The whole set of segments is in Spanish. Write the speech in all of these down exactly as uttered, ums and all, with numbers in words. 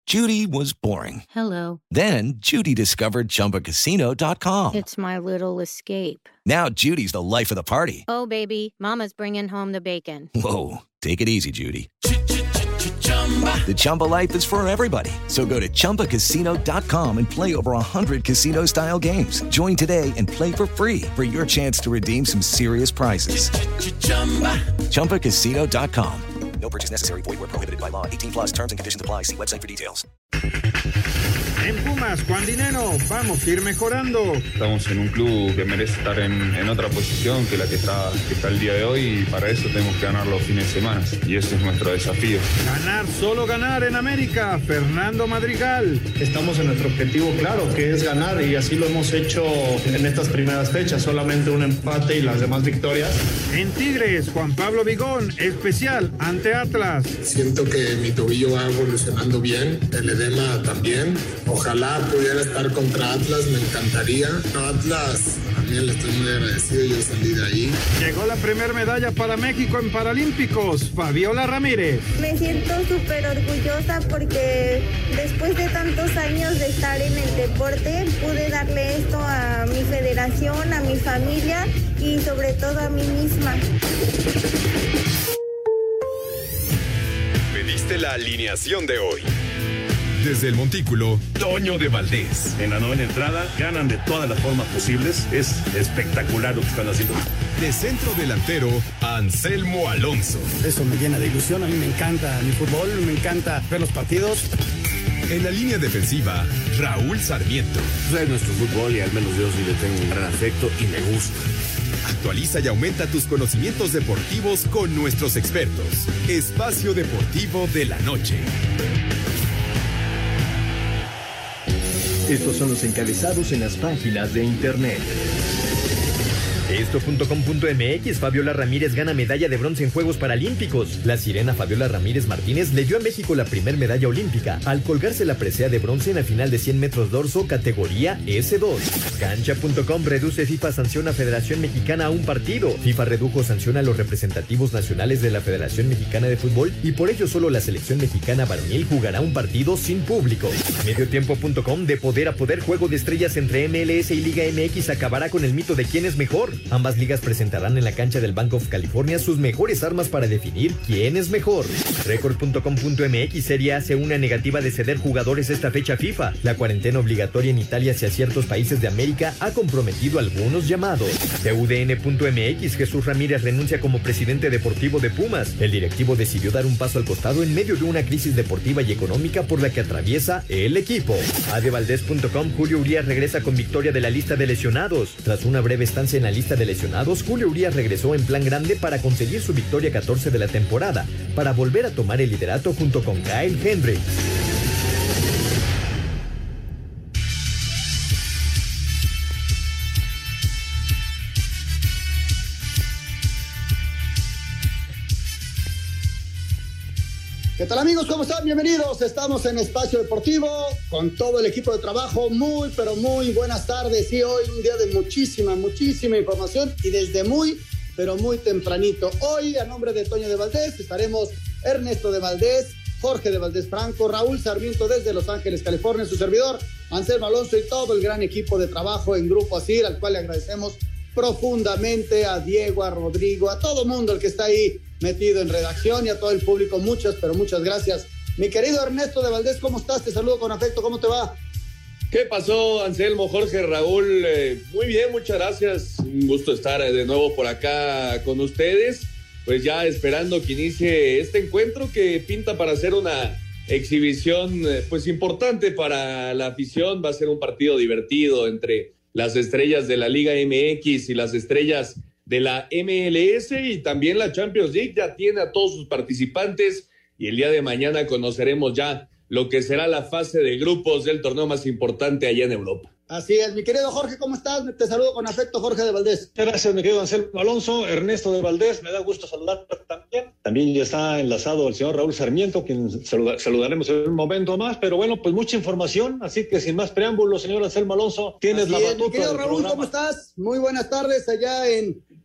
Judy was boring. Hello. Then Judy discovered Chumba Casino dot com. It's my little escape. Now Judy's the life of the party. Oh, baby, mama's bringing home the bacon. Whoa, take it easy, Judy. The Chumba life is for everybody. So go to Chumba Casino dot com and play over one hundred casino-style games. Join today and play for free for your chance to redeem some serious prizes. Chumba Casino dot com. No purchase necessary. Void where prohibited by law. eighteen plus terms and conditions apply. See website for details. En Pumas, Juan Dineno, vamos a ir mejorando. Estamos en un club que merece estar en, en otra posición que la que está, que está el día de hoy, y para eso tenemos que ganar los fines de semana. Y ese es nuestro desafío. Ganar, solo ganar en América. Fernando Madrigal. Estamos en nuestro objetivo claro, que es ganar, y así lo hemos hecho en estas primeras fechas. Solamente un empate y las demás victorias. En Tigres, Juan Pablo Vigón, especial ante Atlas. Siento que mi tobillo va evolucionando bien, el edema también. Ojalá pudiera estar contra Atlas, me encantaría. No, Atlas, también le estoy muy agradecido, yo salí de ahí. Llegó la primera medalla para México en Paralímpicos, Fabiola Ramírez. Me siento súper orgullosa porque después de tantos años de estar en el deporte, pude darle esto a mi federación, a mi familia y sobre todo a mí misma. Pediste la alineación de hoy. Desde el Montículo, Toño de Valdés. En la novena entrada, ganan de todas las formas posibles. Es espectacular lo que están haciendo. De centro delantero, Anselmo Alonso. Eso me llena de ilusión. A mí me encanta mi fútbol, me encanta ver los partidos. En la línea defensiva, Raúl Sarmiento. Es nuestro fútbol y al menos yo sí le tengo un gran afecto y me gusta. Actualiza y aumenta tus conocimientos deportivos con nuestros expertos. Espacio Deportivo de la Noche. Estos son los encabezados en las páginas de internet. Esto punto com punto m x, Fabiola Ramírez gana medalla de bronce en Juegos Paralímpicos. La sirena Fabiola Ramírez Martínez le dio a México la primer medalla olímpica al colgarse la presea de bronce en la final de cien metros dorso categoría ese dos. Cancha punto com reduce FIFA sanción a Federación Mexicana a un partido. FIFA redujo sanción a los representativos nacionales de la Federación Mexicana de Fútbol y por ello solo la selección mexicana varonil jugará un partido sin público. Mediotiempo punto com, de poder a poder, juego de estrellas entre M L S y Liga M X acabará con el mito de quién es mejor. Ambas ligas presentarán en la cancha del Bank of California sus mejores armas para definir quién es mejor. Record punto com punto m x, Serie A hace una negativa de ceder jugadores esta fecha FIFA. La cuarentena obligatoria en Italia hacia ciertos países de América ha comprometido algunos llamados. T U D N punto m x, Jesús Ramírez renuncia como presidente deportivo de Pumas. El directivo decidió dar un paso al costado en medio de una crisis deportiva y económica por la que atraviesa el equipo. A D Valdez punto com, Julio Urias regresa con victoria de la lista de lesionados. Tras una breve estancia en la lista de lesionados, Julio Urias regresó en plan grande para conseguir su victoria catorce de la temporada, para volver a tomar el liderato junto con Kyle Hendricks. ¿Qué tal, amigos? ¿Cómo están? Bienvenidos. Estamos en Espacio Deportivo con todo el equipo de trabajo. Muy, pero muy buenas tardes. Y hoy un día de muchísima, muchísima información y desde muy, pero muy tempranito. Hoy, a nombre de Toño de Valdés, estaremos Ernesto de Valdés, Jorge de Valdés Franco, Raúl Sarmiento desde Los Ángeles, California, su servidor, Anselmo Alonso y todo el gran equipo de trabajo en Grupo Asir, al cual le agradecemos profundamente, a Diego, a Rodrigo, a todo mundo el que está ahí metido en redacción y a todo el público. Muchas, pero muchas gracias. Mi querido Ernesto de Valdés, ¿cómo estás? Te saludo con afecto, ¿cómo te va? ¿Qué pasó, Anselmo, Jorge, Raúl? Eh, muy bien, muchas gracias. Un gusto estar de nuevo por acá con ustedes. Pues ya esperando que inicie este encuentro que pinta para ser una exhibición pues importante para la afición. Va a ser un partido divertido entre las estrellas de la Liga M X y las estrellas de la M L S, y también la Champions League ya tiene a todos sus participantes y el día de mañana conoceremos ya lo que será la fase de grupos del torneo más importante allá en Europa. Así es, mi querido Jorge, ¿cómo estás? Te saludo con afecto, Jorge de Valdés. Gracias, mi querido Anselmo Alonso. Ernesto de Valdés, me da gusto saludar también. También ya está enlazado el señor Raúl Sarmiento, quien saluda, saludaremos en un momento más, pero bueno, pues mucha información, así que sin más preámbulos, señor Anselmo Alonso, tienes así la es, batuta. Mi querido Raúl, ¿cómo estás? Muy buenas tardes allá en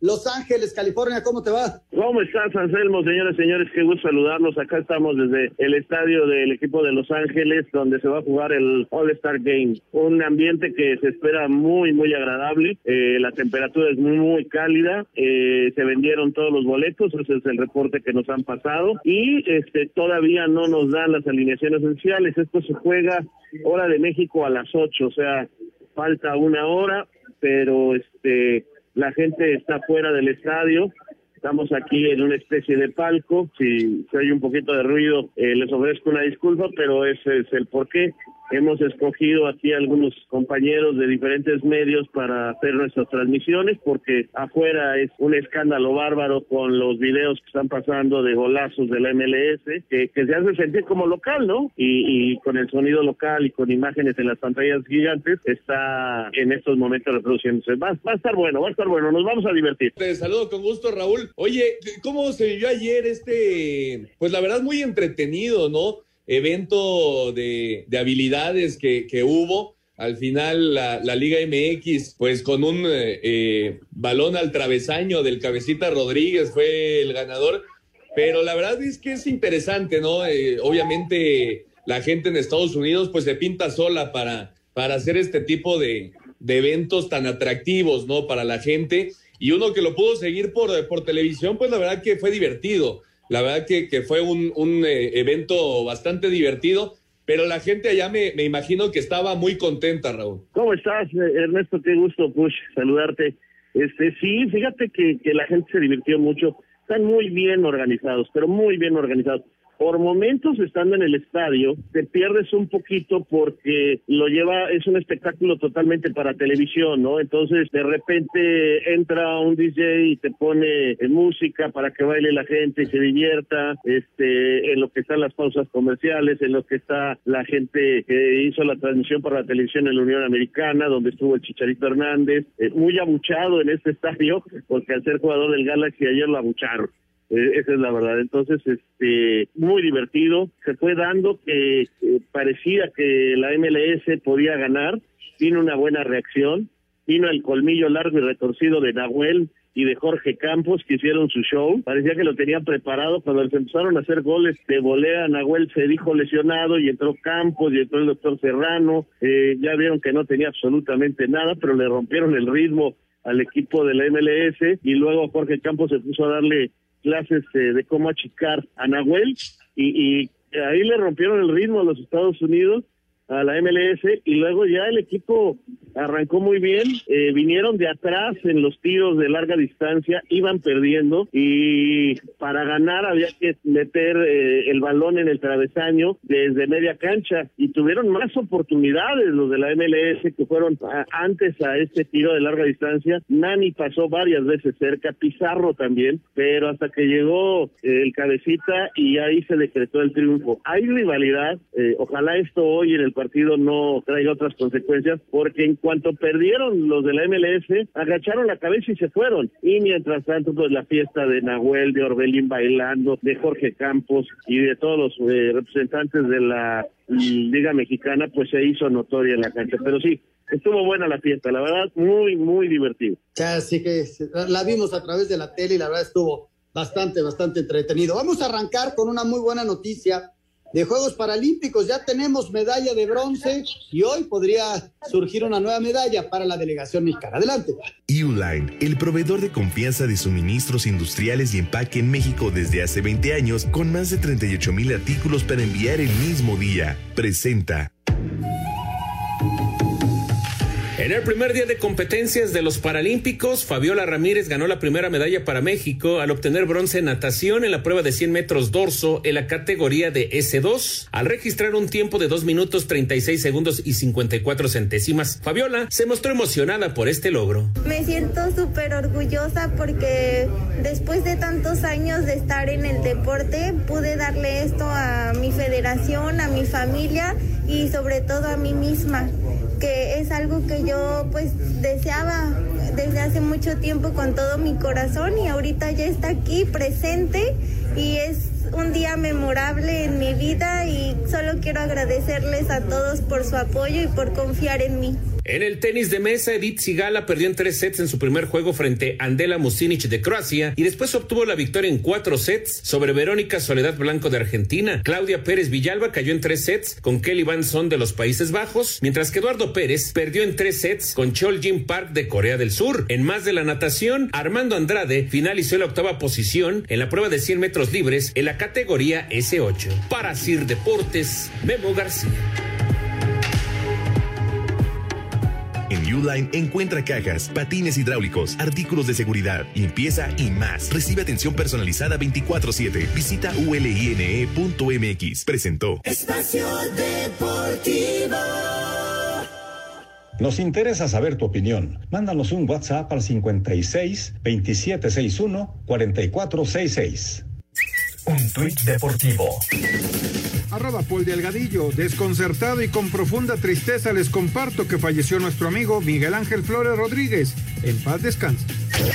Los Ángeles, California. ¿Cómo te va? ¿Cómo estás, Anselmo? Señores, señores, qué gusto saludarlos. Acá estamos desde el estadio del equipo de Los Ángeles, donde se va a jugar el All-Star Game. Un ambiente que se espera muy, muy agradable. Eh, la temperatura es muy, muy cálida. Eh, se vendieron todos los boletos, ese es el reporte que nos han pasado. Y este todavía no nos dan las alineaciones oficiales. Esto se juega hora de México a las ocho, o sea, falta una hora, pero este la gente está fuera del estadio. Estamos aquí en una especie de palco. Si, si hay un poquito de ruido, eh, les ofrezco una disculpa, pero ese es el porqué. Hemos escogido aquí algunos compañeros de diferentes medios para hacer nuestras transmisiones, porque afuera es un escándalo bárbaro con los videos que están pasando de golazos de la M L S, que, que se hace sentir como local, ¿no? Y, y con el sonido local y con imágenes en las pantallas gigantes, está en estos momentos reproduciéndose. Va, va a estar bueno, va a estar bueno, nos vamos a divertir. Te saludo con gusto, Raúl. Oye, ¿cómo se vivió ayer este, pues la verdad muy entretenido, ¿no? Evento de, de habilidades que, que hubo. Al final la, la Liga M X, pues con un eh, balón al travesaño del Cabecita Rodríguez fue el ganador, pero la verdad es que es interesante, ¿no? Eh, obviamente la gente en Estados Unidos pues se pinta sola para, para hacer este tipo de, de eventos tan atractivos, ¿no? Para la gente, y uno que lo pudo seguir por, por televisión, pues la verdad que fue divertido. La verdad que, que fue un, un eh, evento bastante divertido, pero la gente allá me, me imagino que estaba muy contenta, Raúl. ¿Cómo estás, Ernesto? Qué gusto, Push, saludarte. Este, sí, fíjate que, que la gente se divirtió mucho. Están muy bien organizados, pero muy bien organizados. Por momentos, estando en el estadio, te pierdes un poquito porque lo lleva, es un espectáculo totalmente para televisión, ¿no? Entonces, de repente entra un D J y te pone música para que baile la gente y se divierta, este, en lo que están las pausas comerciales, en lo que está la gente que hizo la transmisión para la televisión en la Unión Americana, donde estuvo el Chicharito Hernández, eh, muy abuchado en este estadio, porque al ser jugador del Galaxy ayer lo abucharon. Eh, esa es la verdad. Entonces, este, muy divertido. Se fue dando que eh, parecía que la M L S podía ganar. Vino una buena reacción. Vino el colmillo largo y retorcido de Nahuel y de Jorge Campos, que hicieron su show. Parecía que lo tenían preparado. Cuando les empezaron a hacer goles de volea, Nahuel se dijo lesionado y entró Campos y entró el doctor Serrano. Eh, ya vieron que no tenía absolutamente nada, pero le rompieron el ritmo al equipo de la M L S, y luego Jorge Campos se puso a darle clases eh, de cómo achicar a Nahuel, y, y ahí le rompieron el ritmo a los Estados Unidos, a la M L S, y luego ya el equipo arrancó muy bien. Eh, vinieron de atrás en los tiros de larga distancia, iban perdiendo, y para ganar había que meter eh, el balón en el travesaño desde media cancha, y tuvieron más oportunidades los de la M L S, que fueron a, antes a este tiro de larga distancia. Nani pasó varias veces cerca, Pizarro también, pero hasta que llegó eh, el Cabecita, y ahí se decretó el triunfo. Hay rivalidad, eh, ojalá esto hoy en el partido no traiga otras consecuencias, porque en cuanto perdieron los de la M L S, agacharon la cabeza y se fueron. Y mientras tanto, pues la fiesta de Nahuel, de Orbelín bailando, de Jorge Campos y de todos los eh, representantes de la Liga Mexicana, pues se hizo notoria en la cancha. Pero sí, estuvo buena la fiesta, la verdad, muy, muy divertido. Así que la vimos a través de la tele y la verdad estuvo bastante, bastante entretenido. Vamos a arrancar con una muy buena noticia de Juegos Paralímpicos. Ya tenemos medalla de bronce y hoy podría surgir una nueva medalla para la delegación mexicana. Adelante. Uline, el proveedor de confianza de suministros industriales y empaque en México desde hace veinte años, con más de treinta y ocho mil artículos para enviar el mismo día, presenta. En el primer día de competencias de los Paralímpicos, Fabiola Ramírez ganó la primera medalla para México al obtener bronce en natación en la prueba de cien metros dorso en la categoría de ese dos, al registrar un tiempo de dos minutos treinta y seis segundos y cincuenta y cuatro centésimas. Fabiola se mostró emocionada por este logro. Me siento súper orgullosa porque después de tantos años de estar en el deporte, pude darle esto a mi federación, a mi familia y sobre todo a mí misma, que es algo que yo pues deseaba desde hace mucho tiempo con todo mi corazón, y ahorita ya está aquí presente y es un día memorable en mi vida, y solo quiero agradecerles a todos por su apoyo y por confiar en mí. En el tenis de mesa, Edith Cigala perdió en tres sets en su primer juego frente a Andela Mucinic de Croacia y después obtuvo la victoria en cuatro sets sobre Verónica Soledad Blanco de Argentina. Claudia Pérez Villalba cayó en tres sets con Kelly Van Son de los Países Bajos, mientras que Eduardo Pérez perdió en tres sets con Chol Jin Park de Corea del Sur. En más de la natación, Armando Andrade finalizó en la octava posición en la prueba de cien metros libres en la categoría ese ocho. Para Sir Deportes, Memo García. En Uline encuentra cajas, patines hidráulicos, artículos de seguridad, limpieza y más. Recibe atención personalizada veinticuatro siete. Visita u l i n e punto m x. Presentó Espacio Deportivo. Nos interesa saber tu opinión. Mándanos un WhatsApp al cincuenta y seis, veintisiete sesenta y uno, cuarenta y cuatro sesenta y seis. Un tuit deportivo. Arroba Paul Delgadillo. Desconcertado y con profunda tristeza les comparto que falleció nuestro amigo Miguel Ángel Flores Rodríguez. En paz descanse.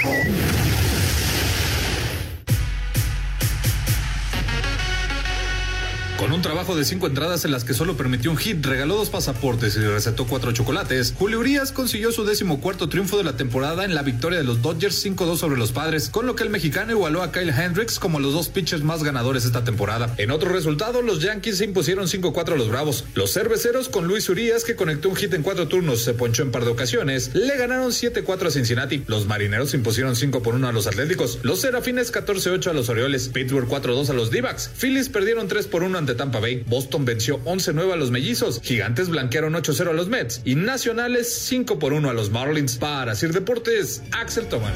Con un trabajo de cinco entradas en las que solo permitió un hit, regaló dos pasaportes y recetó cuatro chocolates, Julio Urías consiguió su decimocuarto triunfo de la temporada en la victoria de los Dodgers cinco dos sobre los Padres, con lo que el mexicano igualó a Kyle Hendricks como los dos pitchers más ganadores esta temporada. En otro resultado, los Yankees se impusieron cinco cuatro a los Bravos. Los cerveceros, con Luis Urías, que conectó un hit en cuatro turnos, se ponchó en par de ocasiones, le ganaron siete cuatro a Cincinnati. Los Marineros se impusieron cinco por uno a los Atléticos. Los Serafines catorce ocho a los Orioles. Pittsburgh cuatro dos a los D-backs. Phillies perdieron tres por uno ante Tampa Bay. Boston venció once nueve a los Mellizos. Gigantes blanquearon ocho cero a los Mets. Y Nacionales cinco por uno a los Marlins. Para Sir Deportes, Axel Toman.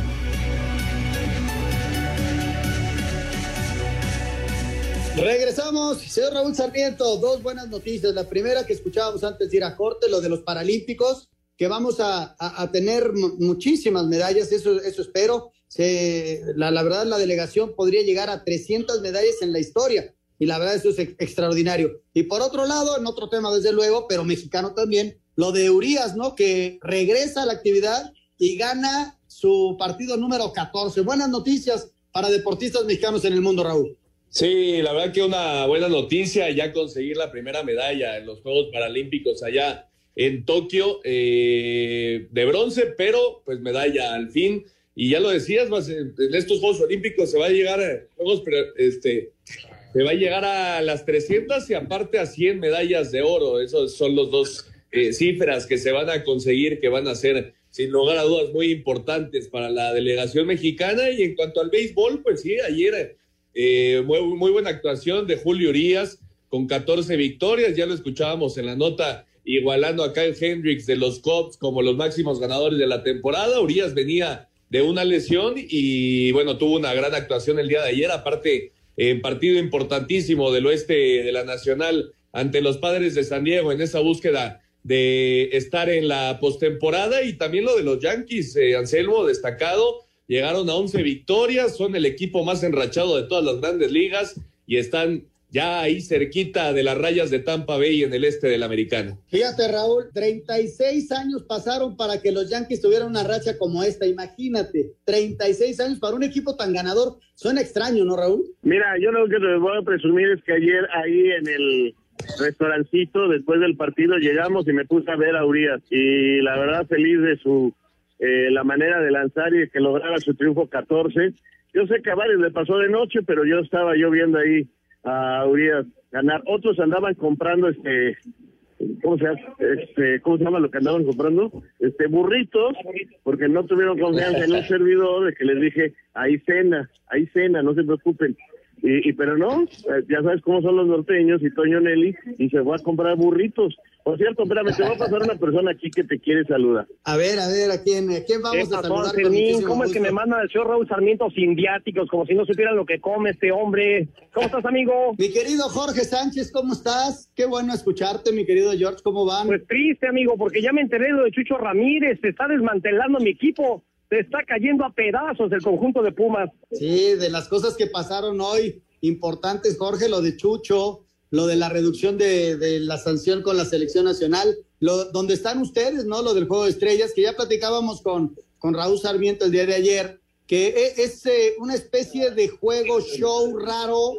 Regresamos, señor Raúl Sarmiento, dos buenas noticias. La primera que escuchábamos antes de ir a corte, lo de los Paralímpicos, que vamos a, a, a tener m- muchísimas medallas, eso, eso espero. Se, la, la verdad, la delegación podría llegar a trescientas medallas en la historia. Y la verdad, eso es ex- extraordinario. Y por otro lado, en otro tema, desde luego, pero mexicano también, lo de Urías, ¿no? Que regresa a la actividad y gana su partido número catorce. Buenas noticias para deportistas mexicanos en el mundo, Raúl. Sí, la verdad que una buena noticia, ya conseguir la primera medalla en los Juegos Paralímpicos allá en Tokio, eh, de bronce, pero pues medalla al fin. Y ya lo decías, más en estos Juegos Olímpicos se va a llegar a Juegos, este... se va a llegar a las trescientas y aparte a cien medallas de oro. Esos son los dos eh, cifras que se van a conseguir, que van a ser, sin lugar a dudas, muy importantes para la delegación mexicana. Y en cuanto al béisbol, pues sí, ayer eh, muy, muy buena actuación de Julio Urías, con catorce victorias. Ya lo escuchábamos en la nota, igualando a Kyle Hendricks de los Cubs como los máximos ganadores de la temporada. Urías venía de una lesión y, bueno, tuvo una gran actuación el día de ayer. Aparte, en partido importantísimo del oeste de la Nacional ante los Padres de San Diego en esa búsqueda de estar en la postemporada. Y también lo de los Yankees, eh, Anselmo, destacado, llegaron a once victorias, son el equipo más enrachado de todas las grandes ligas y están ya ahí cerquita de las rayas de Tampa Bay en el este de la Americana. Fíjate, Raúl, treinta y seis años pasaron para que los Yankees tuvieran una racha como esta, imagínate, treinta y seis años para un equipo tan ganador, suena extraño, ¿no, Raúl? Mira, yo lo que te voy a presumir es que ayer ahí en el restaurancito, después del partido, llegamos y me puse a ver a Urías, y la verdad feliz de su, eh, la manera de lanzar y que lograra su triunfo catorce. Yo sé que a varios le pasó de noche, pero yo estaba yo viendo ahí a Urías ganar. Otros andaban comprando este ¿cómo se llama? Este, ¿cómo se llama lo que andaban comprando? Este burritos, porque no tuvieron confianza en un servidor de que les dije, ahí cena, ahí cena, no se preocupen. Y, y pero no, ya sabes cómo son los norteños y Toño Nelly, y se fue a comprar burritos. Por cierto, espérame, te va a pasar una persona aquí que te quiere saludar. A ver, a ver, ¿a quién, a quién vamos a saludar? Fermín, ¿cómo es que me manda el señor Raúl Sarmiento sin viáticos, como si no supieran lo que come este hombre? ¿Cómo estás, amigo? Mi querido Jorge Sánchez, ¿cómo estás? Qué bueno escucharte, mi querido George, ¿cómo van? Pues triste, amigo, porque ya me enteré de lo de Chucho Ramírez, se está desmantelando mi equipo, se está cayendo a pedazos el conjunto de Pumas. Sí, de las cosas que pasaron hoy, importantes, Jorge, lo de Chucho, lo de la reducción de, de la sanción con la selección nacional, lo, donde están ustedes, ¿no? Lo del Juego de Estrellas, que ya platicábamos con, con Raúl Sarmiento el día de ayer, que es, es eh, una especie de juego show raro,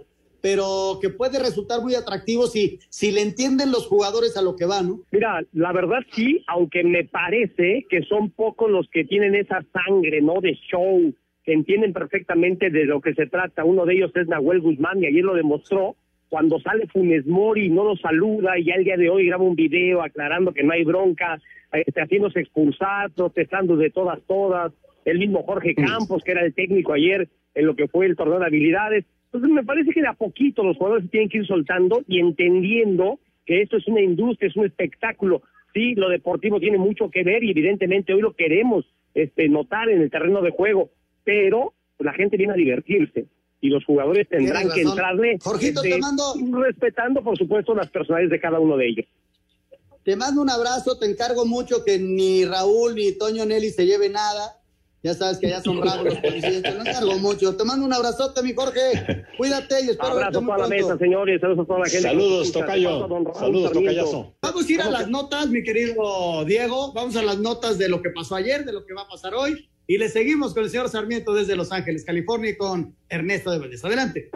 pero que puede resultar muy atractivo si, si le entienden los jugadores a lo que va, ¿no? Mira, la verdad sí, aunque me parece que son pocos los que tienen esa sangre, ¿no? De show, que entienden perfectamente de lo que se trata. Uno de ellos es Nahuel Guzmán, y ayer lo demostró cuando sale Funes Mori y no lo saluda, y ya el día de hoy graba un video aclarando que no hay bronca, este, haciéndose expulsar, protestando de todas, todas. El mismo Jorge Campos, que era el técnico ayer en lo que fue el torneo de habilidades. Entonces me parece que de a poquito los jugadores se tienen que ir soltando y entendiendo que esto es una industria, es un espectáculo. Sí, lo deportivo tiene mucho que ver y evidentemente hoy lo queremos este, notar en el terreno de juego, pero pues, la gente viene a divertirse y los jugadores tendrán que entrarle Jorgito, este, te mando... respetando, por supuesto, las personalidades de cada uno de ellos. Te mando un abrazo, te encargo mucho que ni Raúl ni Toño Nelly se lleve nada. Ya sabes que ya son bravos los policías, te lo encargo mucho. Te mando un abrazote, mi Jorge. Cuídate y espero Abrazo verte muy a la pronto. mesa, señores. Saludos a toda la gente. Saludos, tocayo. Saludos, tocayazo. Vamos a ir a las notas, mi querido Diego. Vamos a las notas de lo que pasó ayer, de lo que va a pasar hoy. Y le seguimos con el señor Sarmiento desde Los Ángeles, California, y con Ernesto de Valdés. Adelante.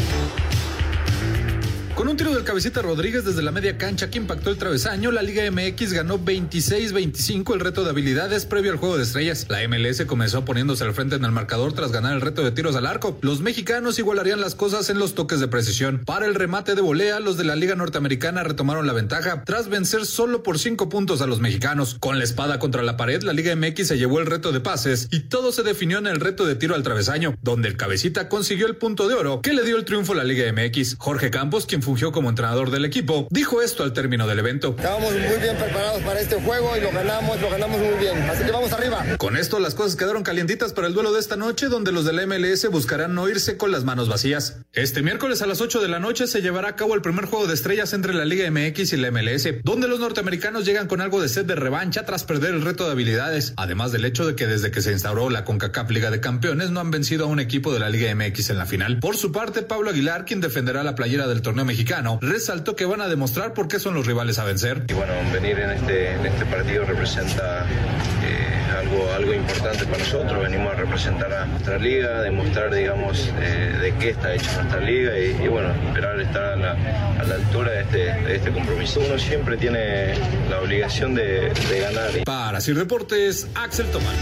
Con un tiro del Cabecita Rodríguez desde la media cancha que impactó el travesaño, la Liga M X ganó veintiséis veinticinco el reto de habilidades previo al Juego de Estrellas. La M L S comenzó poniéndose al frente en el marcador tras ganar el reto de tiros al arco. Los mexicanos igualarían las cosas en los toques de precisión. Para el remate de volea, los de la Liga Norteamericana retomaron la ventaja tras vencer solo por cinco puntos a los mexicanos. Con la espada contra la pared, la Liga M X se llevó el reto de pases y todo se definió en el reto de tiro al travesaño, donde el Cabecita consiguió el punto de oro que le dio el triunfo a la Liga M X. Jorge Campos, quien fungió como entrenador del equipo, dijo esto al término del evento. Estábamos muy bien preparados para este juego y lo ganamos, lo ganamos muy bien, así que vamos arriba. Con esto las cosas quedaron calientitas para el duelo de esta noche, donde los de la M L S buscarán no irse con las manos vacías. Este miércoles a las ocho de la noche se llevará a cabo el primer Juego de Estrellas entre la Liga M X y la M L S, donde los norteamericanos llegan con algo de sed de revancha tras perder el reto de habilidades, además del hecho de que desde que se instauró la CONCACAF Liga de Campeones no han vencido a un equipo de la Liga M X en la final. Por su parte, Pablo Aguilar, quien defenderá la playera del torneo mexicano, resaltó que van a demostrar por qué son los rivales a vencer. Y bueno, venir en este, en este partido representa eh, algo, algo importante para nosotros. Venimos a representar a nuestra liga, demostrar, digamos, eh, de qué está hecha nuestra liga y, y bueno, esperar estar a la, a la altura de este, de este compromiso. Uno siempre tiene la obligación de, de ganar. Para Sir Deportes, Axel Tomán.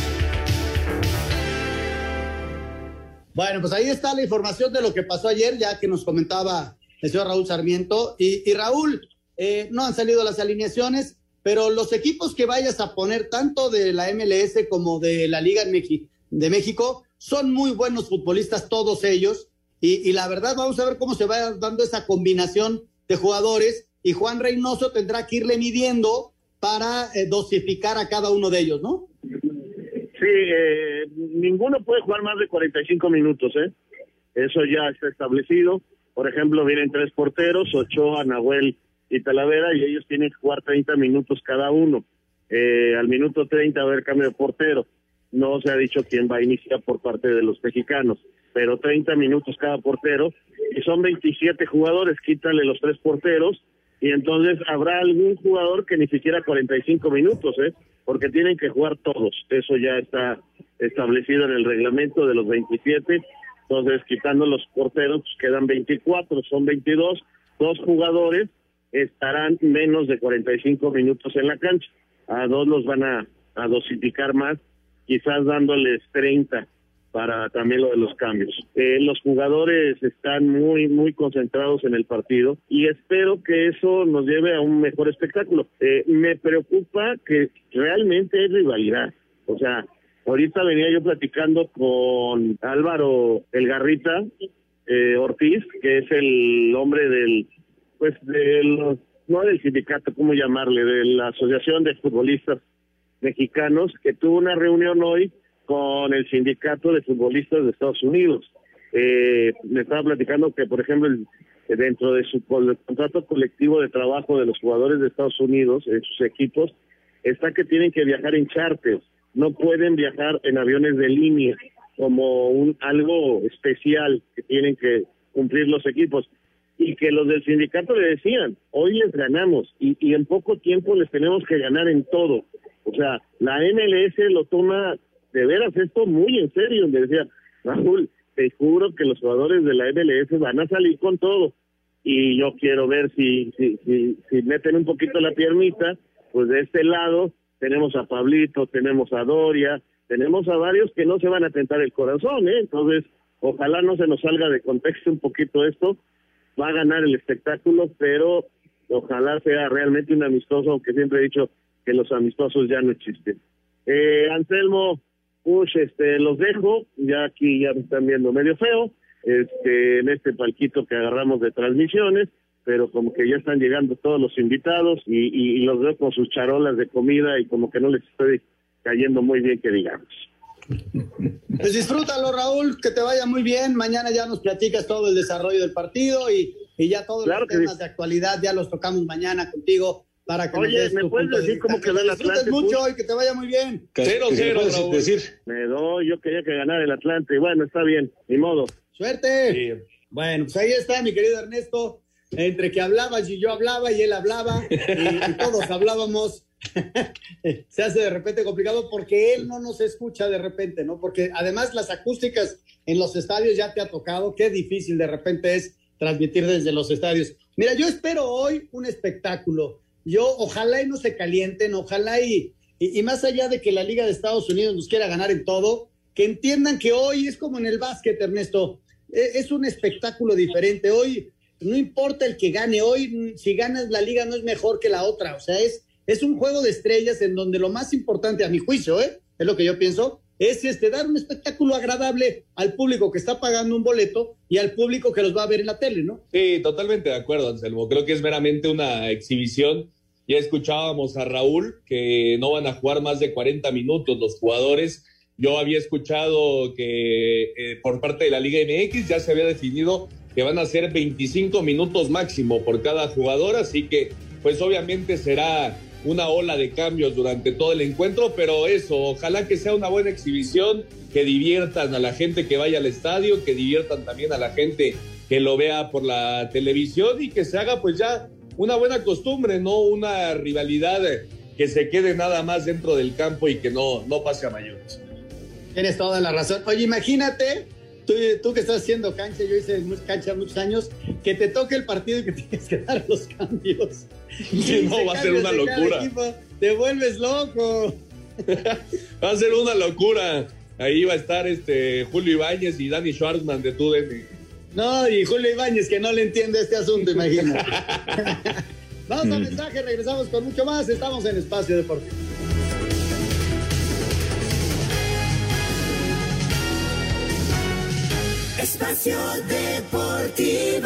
Bueno, pues ahí está la información de lo que pasó ayer, ya que nos comentaba el señor Raúl Sarmiento. Y, y Raúl, eh, no han salido las alineaciones, pero los equipos que vayas a poner, tanto de la M L S como de la Liga de México, son muy buenos futbolistas todos ellos. Y, y la verdad, vamos a ver cómo se va dando esa combinación de jugadores. Y Juan Reynoso tendrá que irle midiendo para eh, dosificar a cada uno de ellos, ¿no? Sí, eh, ninguno puede jugar más de cuarenta y cinco minutos, ¿eh? Eso ya está establecido. Por ejemplo, vienen tres porteros, Ochoa, Nahuel y Talavera, y ellos tienen que jugar treinta minutos cada uno. Eh, al minuto treinta va a haber cambio de portero. No se ha dicho quién va a iniciar por parte de los mexicanos, pero treinta minutos cada portero, y son veintisiete jugadores, quítale los tres porteros, y entonces habrá algún jugador que ni siquiera cuarenta y cinco minutos, ¿eh? Porque tienen que jugar todos. Eso ya está establecido en el reglamento de los veintisiete. Entonces, quitando los porteros, pues quedan veinticuatro, son veintidós. Dos jugadores estarán menos de cuarenta y cinco minutos en la cancha. A dos los van a, a dosificar más, quizás dándoles treinta para también lo de los cambios. Eh, los jugadores están muy, muy concentrados en el partido y espero que eso nos lleve a un mejor espectáculo. Eh, me preocupa que realmente es rivalidad. O sea, ahorita venía yo platicando con Álvaro El Garrita eh, Ortiz, que es el hombre del, pues del, no del sindicato, ¿cómo llamarle? De la Asociación de Futbolistas Mexicanos, que tuvo una reunión hoy con el sindicato de futbolistas de Estados Unidos. Eh, me estaba platicando que, por ejemplo, el, dentro de su el contrato colectivo de trabajo de los jugadores de Estados Unidos, en sus equipos, está que tienen que viajar en charters. No pueden viajar en aviones de línea como un algo especial que tienen que cumplir los equipos, y que los del sindicato le decían, hoy les ganamos y, y en poco tiempo les tenemos que ganar en todo. O sea, la M L S lo toma de veras esto muy en serio. Le decía, Raúl, te juro que los jugadores de la M L S van a salir con todo. Y yo quiero ver si, si, si, si meten un poquito la piernita, pues de este lado tenemos a Pablito, tenemos a Doria, tenemos a varios que no se van a tentar el corazón, ¿eh? Entonces, ojalá no se nos salga de contexto un poquito esto. Va a ganar el espectáculo, pero ojalá sea realmente un amistoso, aunque siempre he dicho que los amistosos ya no existen. Eh, Anselmo, Push, este, los dejo, ya aquí ya me están viendo medio feo, este, en este palquito que agarramos de transmisiones, pero como que ya están llegando todos los invitados y, y, y los veo con sus charolas de comida y como que no les estoy cayendo muy bien, que digamos. Pues disfrútalo, Raúl, que te vaya muy bien. Mañana ya nos platicas todo el desarrollo del partido y, y ya todos claro los temas sí. de actualidad ya los tocamos mañana contigo para que Oye, nos des ¿me puedes decir cómo quedó el Atlante? Disfrutes mucho y que te vaya muy bien. Cero, cero, Raúl. Decir? Me doy, yo quería que ganara el Atlante. Bueno, está bien, ni modo. ¡Suerte! Sí. Bueno, pues ahí está, mi querido Ernesto. Entre que hablabas y yo hablaba y él hablaba y, y todos hablábamos. Se hace de repente complicado porque él no nos escucha de repente, ¿no? Porque además las acústicas en los estadios ya te ha tocado, qué difícil de repente es transmitir desde los estadios. Mira, yo espero hoy un espectáculo. Yo ojalá y no se calienten, ojalá y, y, y más allá de que la Liga de Estados Unidos nos quiera ganar en todo, que entiendan que hoy es como en el básquet, Ernesto, es, es un espectáculo diferente. Hoy no importa el que gane, hoy si ganas la liga no es mejor que la otra, o sea, es Es un juego de estrellas en donde lo más importante, a mi juicio, ¿eh? es lo que yo pienso, es este, dar un espectáculo agradable al público que está pagando un boleto y al público que los va a ver en la tele, ¿no? Sí, totalmente de acuerdo, Anselmo. Creo que es meramente una exhibición. Ya escuchábamos a Raúl que no van a jugar más de cuarenta minutos los jugadores. Yo había escuchado que eh, por parte de la Liga M X ya se había definido que van a ser veinticinco minutos máximo por cada jugador, así que pues obviamente será una ola de cambios durante todo el encuentro, pero eso, ojalá que sea una buena exhibición, que diviertan a la gente que vaya al estadio, que diviertan también a la gente que lo vea por la televisión y que se haga pues ya una buena costumbre, no una rivalidad que se quede nada más dentro del campo y que no, no pase a mayores. Tienes toda la razón. Oye, imagínate, tú, tú que estás haciendo cancha, yo hice cancha muchos años, que te toque el partido y que tienes que dar los cambios. Sí, no, va a ser una locura. Equipo, te vuelves loco. Va a ser una locura. Ahí va a estar este Julio Ibáñez y Dani Schwartzman de T U D N. No, y Julio Ibáñez que no le entiende este asunto, imagina. Vamos a mensaje, regresamos con mucho más. Estamos en Espacio Deportivo. Espacio Deportivo.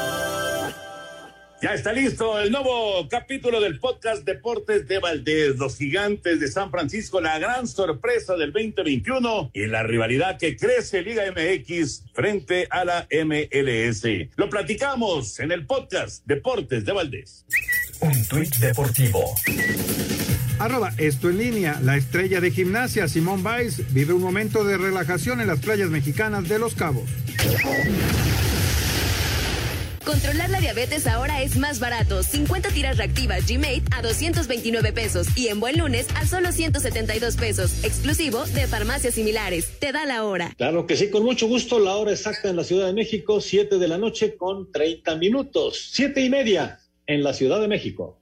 Ya está listo el nuevo capítulo del podcast Deportes de Valdés. Los Gigantes de San Francisco, la gran sorpresa del veinte veintiuno y la rivalidad que crece Liga M X frente a la M L S. Lo platicamos en el podcast Deportes de Valdés. Un tuit deportivo. Arroba esto en línea. La estrella de gimnasia Simone Biles vive un momento de relajación en las playas mexicanas de Los Cabos. Controlar la diabetes ahora es más barato. cincuenta tiras reactivas G-Mate a doscientos veintinueve pesos y en Buen Lunes a solo ciento setenta y dos pesos. Exclusivo de farmacias similares. Te da la hora. Claro que sí, con mucho gusto. La hora exacta en la Ciudad de México, siete de la noche con treinta minutos. Siete y media en la Ciudad de México.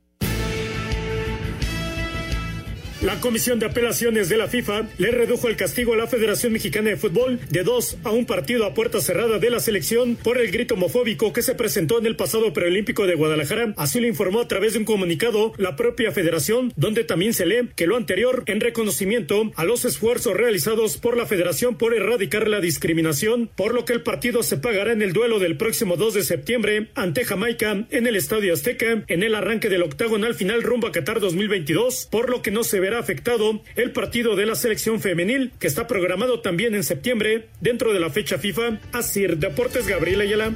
La Comisión de Apelaciones de la FIFA le redujo el castigo a la Federación Mexicana de Fútbol de dos a un partido a puerta cerrada de la selección por el grito homofóbico que se presentó en el pasado preolímpico de Guadalajara. Así lo informó a través de un comunicado la propia federación, donde también se lee que lo anterior en reconocimiento a los esfuerzos realizados por la federación por erradicar la discriminación, por lo que el partido se pagará en el duelo del próximo dos de septiembre ante Jamaica en el Estadio Azteca, en el arranque del octagonal final rumbo a Qatar dos mil veintidós, por lo que no se verá afectado el partido de la selección femenil que está programado también en septiembre dentro de la fecha FIFA. Asir Deportes, Gabriel Ayala.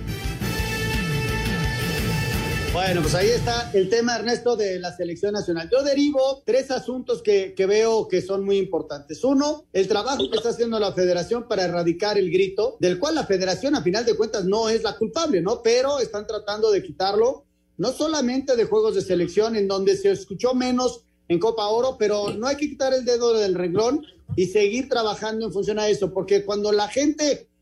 Bueno, pues ahí está el tema, Ernesto, de la selección nacional. Yo derivo tres asuntos que, que veo que son muy importantes. Uno, el trabajo que está haciendo la federación para erradicar el grito, del cual la federación a final de cuentas no es la culpable, ¿no? Pero están tratando de quitarlo, no solamente de juegos de selección en donde se escuchó menos en Copa Oro, pero no hay que quitar el dedo del renglón y seguir trabajando en función a eso, porque cuando la gente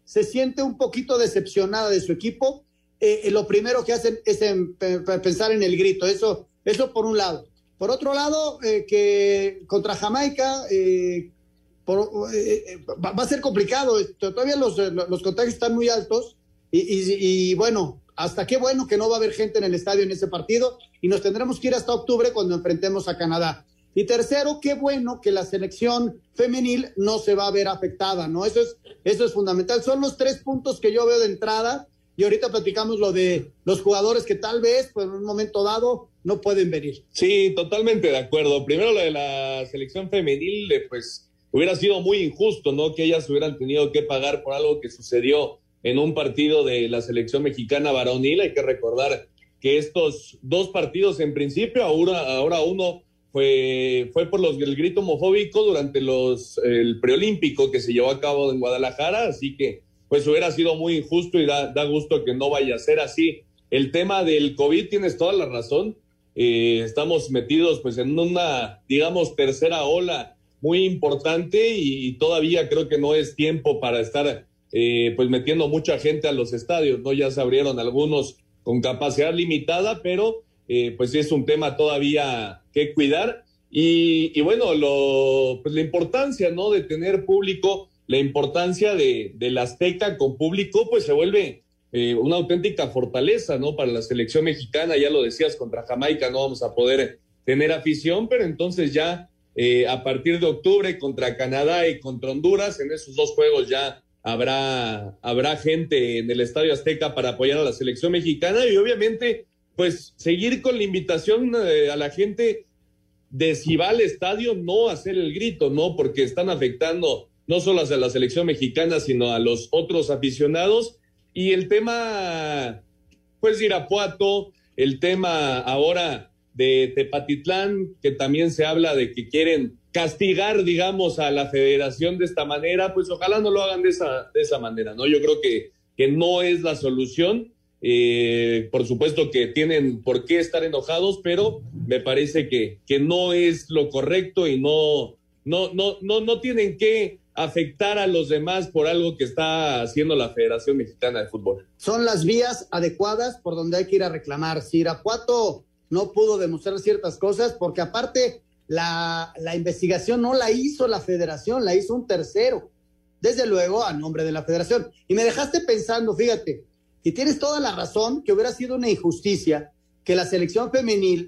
se siente un poquito decepcionada de su equipo. Eh, lo primero que hacen es en, en, pensar en el grito, eso, eso por un lado. Por otro lado, eh, que contra Jamaica eh, por, eh, va, va a ser complicado, todavía los, los contagios están muy altos y, y, y bueno, hasta qué bueno que no va a haber gente en el estadio en ese partido y nos tendremos que ir hasta octubre cuando enfrentemos a Canadá. Y tercero, qué bueno que la selección femenil no se va a ver afectada, ¿no? Eso es, eso es fundamental. Son los tres puntos que yo veo de entrada. Y ahorita platicamos lo de los jugadores que tal vez, pues en un momento dado, no pueden venir. Sí, totalmente de acuerdo. Primero lo de la selección femenil, pues hubiera sido muy injusto, ¿no? Que ellas hubieran tenido que pagar por algo que sucedió en un partido de la selección mexicana varonil. Hay que recordar que estos dos partidos en principio, ahora, ahora uno fue, fue por los, el grito homofóbico durante los, el preolímpico que se llevó a cabo en Guadalajara, así que pues hubiera sido muy injusto y da, da gusto que no vaya a ser así. El tema del COVID, tienes toda la razón, eh, estamos metidos pues en una, digamos, tercera ola muy importante y, y todavía creo que no es tiempo para estar eh, pues metiendo mucha gente a los estadios, ¿no? Ya se abrieron algunos con capacidad limitada, pero eh, pues sí es un tema todavía que cuidar y, y bueno, lo, pues la importancia, ¿no? De tener público, la importancia de, del Azteca con público, pues se vuelve eh, una auténtica fortaleza, ¿no? Para la selección mexicana, ya lo decías, contra Jamaica no vamos a poder tener afición, pero entonces ya eh, a partir de octubre contra Canadá y contra Honduras, en esos dos juegos ya habrá, habrá gente en el Estadio Azteca para apoyar a la selección mexicana y obviamente, pues seguir con la invitación eh, a la gente de si va al estadio, no hacer el grito, ¿no? Porque están afectando no solo a la selección mexicana, sino a los otros aficionados. Y el tema, pues, de Irapuato, el tema ahora de Tepatitlán, que también se habla de que quieren castigar, digamos, a la federación de esta manera, pues ojalá no lo hagan de esa, de esa manera, ¿no? Yo creo que, que no es la solución. Eh, por supuesto que tienen por qué estar enojados, pero me parece que, que no es lo correcto y no, no, no, no, no tienen que afectar a los demás por algo que está haciendo la Federación Mexicana de Fútbol. Son las vías adecuadas por donde hay que ir a reclamar. Si Irapuato no pudo demostrar ciertas cosas, porque aparte la, la investigación no la hizo la Federación, la hizo un tercero, desde luego a nombre de la Federación. Y me dejaste pensando, fíjate, y tienes toda la razón, que hubiera sido una injusticia que la selección femenil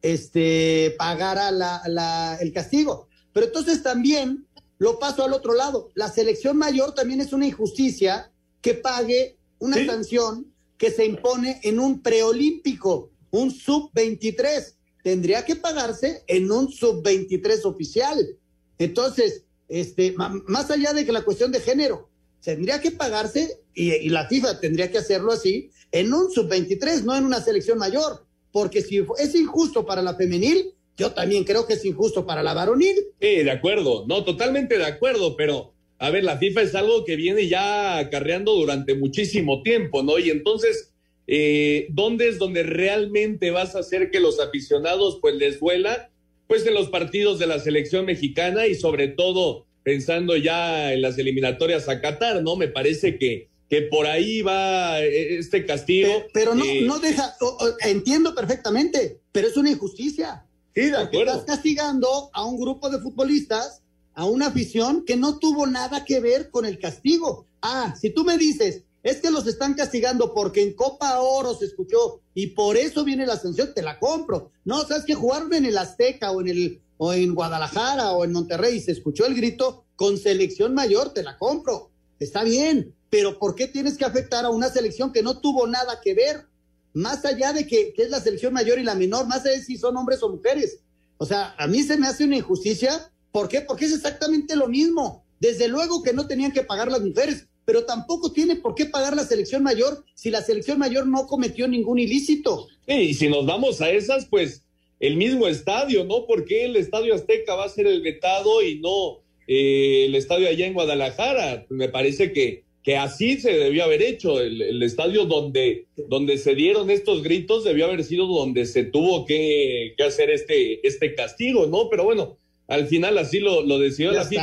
este, pagara la, la, el castigo. Pero entonces también lo paso al otro lado. La selección mayor también es una injusticia que pague una ¿Sí? sanción que se impone en un preolímpico, un sub veintitrés. Tendría que pagarse en un sub veintitrés oficial. Entonces, este, más allá de que la cuestión de género, tendría que pagarse, y, y la FIFA tendría que hacerlo así, en un sub veintitrés, no en una selección mayor. Porque si es injusto para la femenil, yo también creo que es injusto para la varonil. Sí, de acuerdo, no, totalmente de acuerdo, pero a ver, la FIFA es algo que viene ya acarreando durante muchísimo tiempo, ¿no? Y entonces, eh, ¿dónde es donde realmente vas a hacer que los aficionados pues les duela? Pues en los partidos de la selección mexicana y sobre todo pensando ya en las eliminatorias a Qatar, ¿no? Me parece que, que por ahí va este castigo. Pero, pero no, eh, no deja, o, o, entiendo perfectamente, pero es una injusticia. Sí, de Porque acuerdo. estás castigando a un grupo de futbolistas, a una afición que no tuvo nada que ver con el castigo. Ah, si tú me dices, es que los están castigando porque en Copa Oro se escuchó y por eso viene la sanción, te la compro. No, sabes que jugaron en el Azteca o en el o en Guadalajara o en Monterrey y se escuchó el grito con selección mayor, te la compro. Está bien, pero ¿por qué tienes que afectar a una selección que no tuvo nada que ver? Más allá de que, que es la selección mayor y la menor, más allá de si son hombres o mujeres. O sea, a mí se me hace una injusticia. ¿Por qué? Porque es exactamente lo mismo. Desde luego que no tenían que pagar las mujeres, pero tampoco tiene por qué pagar la selección mayor si la selección mayor no cometió ningún ilícito. Sí, y si nos vamos a esas, pues el mismo estadio, ¿no? ¿Por qué el Estadio Azteca va a ser el vetado y no eh, el estadio allá en Guadalajara? Me parece que que así se debió haber hecho. El, el estadio donde, donde se dieron estos gritos debió haber sido donde se tuvo que, que hacer este, este castigo, ¿no? Pero bueno, al final así lo, lo decidió ya la está. FIFA.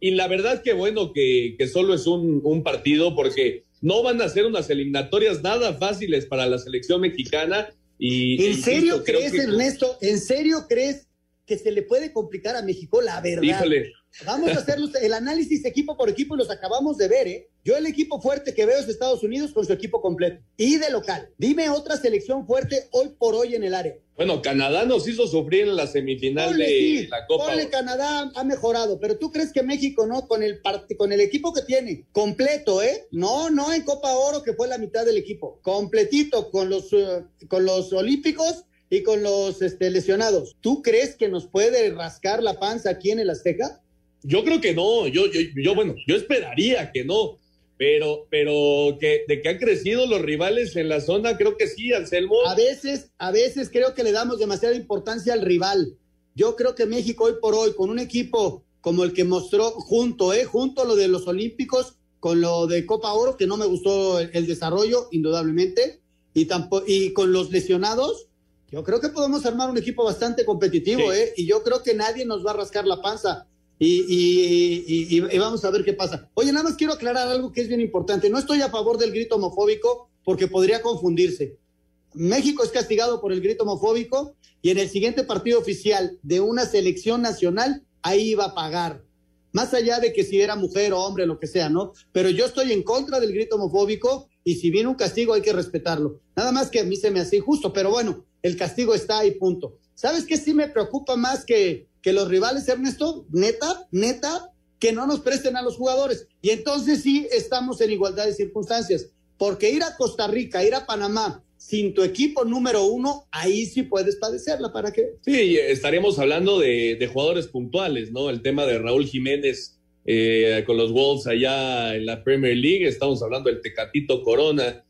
y la verdad que bueno que, que solo es un, un partido, porque no van a ser unas eliminatorias nada fáciles para la selección mexicana. Y, ¿En serio insisto, crees, que... Ernesto? ¿En serio crees que se le puede complicar a México? La verdad. Híjole. Vamos a hacer el análisis equipo por equipo y los acabamos de ver, ¿eh? Yo el equipo fuerte que veo es Estados Unidos con su equipo completo y de local. Dime otra selección fuerte hoy por hoy en el área. Bueno, Canadá nos hizo sufrir en la semifinal ponle, de sí, la Copa. Ponle, Canadá ha mejorado, pero ¿tú crees que México, no, con el part- con el equipo que tiene completo, eh? No, no en Copa Oro, que fue la mitad del equipo, completito con los uh, con los olímpicos y con los este, lesionados. ¿Tú crees que nos puede rascar la panza aquí en el Azteca? Yo creo que no, yo, yo, yo bueno, yo esperaría que no, pero, pero que de que han crecido los rivales en la zona, creo que sí, Anselmo. A veces, a veces creo que le damos demasiada importancia al rival. Yo creo que México hoy por hoy, con un equipo como el que mostró junto, eh, junto a lo de los Olímpicos, con lo de Copa Oro, que no me gustó el, el desarrollo, indudablemente, y tampoco, y con los lesionados, yo creo que podemos armar un equipo bastante competitivo, sí. eh, y yo creo que nadie nos va a rascar la panza. Y, y, y, y vamos a ver qué pasa. Oye, nada más quiero aclarar algo que es bien importante. No estoy a favor del grito homofóbico porque podría confundirse. México es castigado por el grito homofóbico y en el siguiente partido oficial de una selección nacional, ahí va a pagar. Más allá de que si era mujer o hombre, lo que sea, ¿no? Pero yo estoy en contra del grito homofóbico y si viene un castigo hay que respetarlo. Nada más que a mí se me hace injusto, pero bueno, el castigo está ahí, punto. ¿Sabes qué sí me preocupa más que... que los rivales, Ernesto? Neta, neta, que no nos presten a los jugadores. Y entonces sí estamos en igualdad de circunstancias. Porque ir a Costa Rica, ir a Panamá, sin tu equipo número uno, ahí sí puedes padecerla. ¿Para qué? Sí, estaríamos hablando de, de jugadores puntuales, ¿no? El tema de Raúl Jiménez eh, con los Wolves allá en la Premier League. Estamos hablando del Tecatito Corona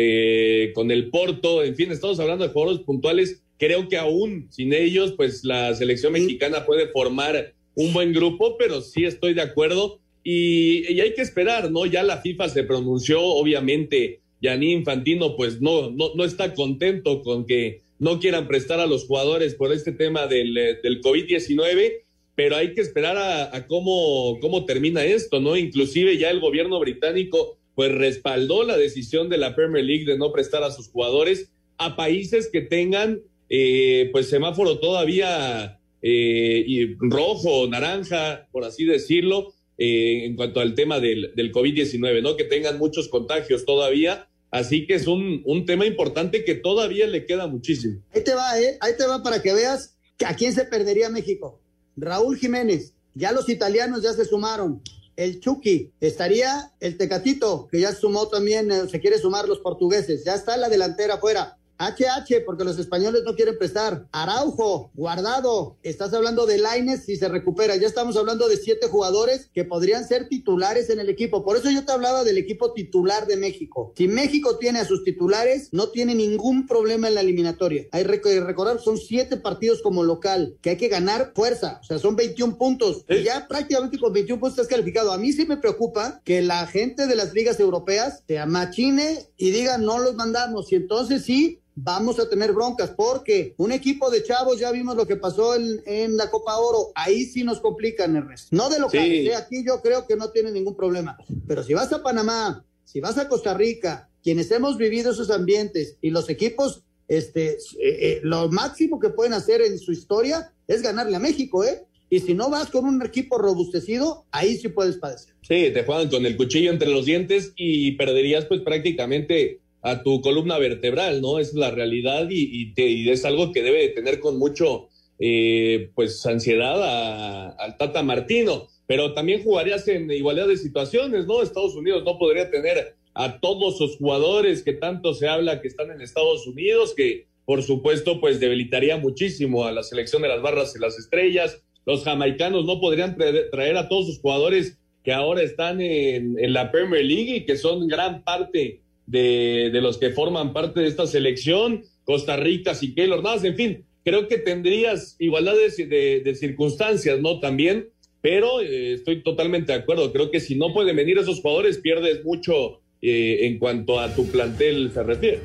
eh, con el Porto. En fin, estamos hablando de jugadores puntuales. Creo que aún sin ellos, pues la selección mexicana puede formar un buen grupo, pero sí estoy de acuerdo y, y hay que esperar, ¿no? Ya la FIFA se pronunció, obviamente Gianni Infantino pues no, no, no está contento con que no quieran prestar a los jugadores por este tema del, del COVID diecinueve, pero hay que esperar a, a cómo, cómo termina esto, ¿no? Inclusive ya el gobierno británico pues respaldó la decisión de la Premier League de no prestar a sus jugadores a países que tengan Eh, pues semáforo todavía eh, y rojo, naranja, por así decirlo, eh, en cuanto al tema del, del COVID diecinueve, ¿no? Que tengan muchos contagios todavía, así que es un, un tema importante que todavía le queda muchísimo. Ahí te va, ¿eh? Ahí te va para que veas que a quién se perdería México. Raúl Jiménez, ya los italianos ya se sumaron, el Chucky, estaría el Tecatito, que ya sumó también, eh, se quiere sumar los portugueses, ya está la delantera afuera. H H, porque los españoles no quieren prestar. Araujo, Guardado, estás hablando de Lainez si se recupera. Ya estamos hablando de siete jugadores que podrían ser titulares en el equipo. Por eso yo te hablaba del equipo titular de México. Si México tiene a sus titulares, no tiene ningún problema en la eliminatoria. Hay que recordar, son siete partidos como local, que hay que ganar fuerza. O sea, son veintiún puntos. Y ya prácticamente con veintiún puntos estás calificado. A mí sí me preocupa que la gente de las ligas europeas se amachine y diga no los mandamos. Y entonces sí, vamos a tener broncas, porque un equipo de chavos, ya vimos lo que pasó en, en la Copa Oro, ahí sí nos complican, Ernesto. No de local, sí. ¿eh? Aquí yo creo que no tiene ningún problema. Pero si vas a Panamá, si vas a Costa Rica, quienes hemos vivido esos ambientes y los equipos, este, eh, eh, lo máximo que pueden hacer en su historia es ganarle a México, ¿eh? Y si no vas con un equipo robustecido, ahí sí puedes padecer. Sí, te juegan con el cuchillo entre los dientes y perderías pues prácticamente a tu columna vertebral, ¿no? Es la realidad y, y, te, y es algo que debe de tener con mucho, eh, pues, ansiedad a, al Tata Martino, pero también jugarías en igualdad de situaciones, ¿no? Estados Unidos no podría tener a todos sus jugadores que tanto se habla que están en Estados Unidos, que por supuesto, pues, debilitaría muchísimo a la selección de las barras y las estrellas. Los jamaicanos no podrían tra- traer a todos sus jugadores que ahora están en, en la Premier League y que son gran parte De, de los que forman parte de esta selección. Costa Rica, sí, Keylor Navas, en fin, creo que tendrías igualdad de, de, de circunstancias, ¿no? También, pero eh, estoy totalmente de acuerdo, creo que si no pueden venir esos jugadores pierdes mucho eh, en cuanto a tu plantel se refiere.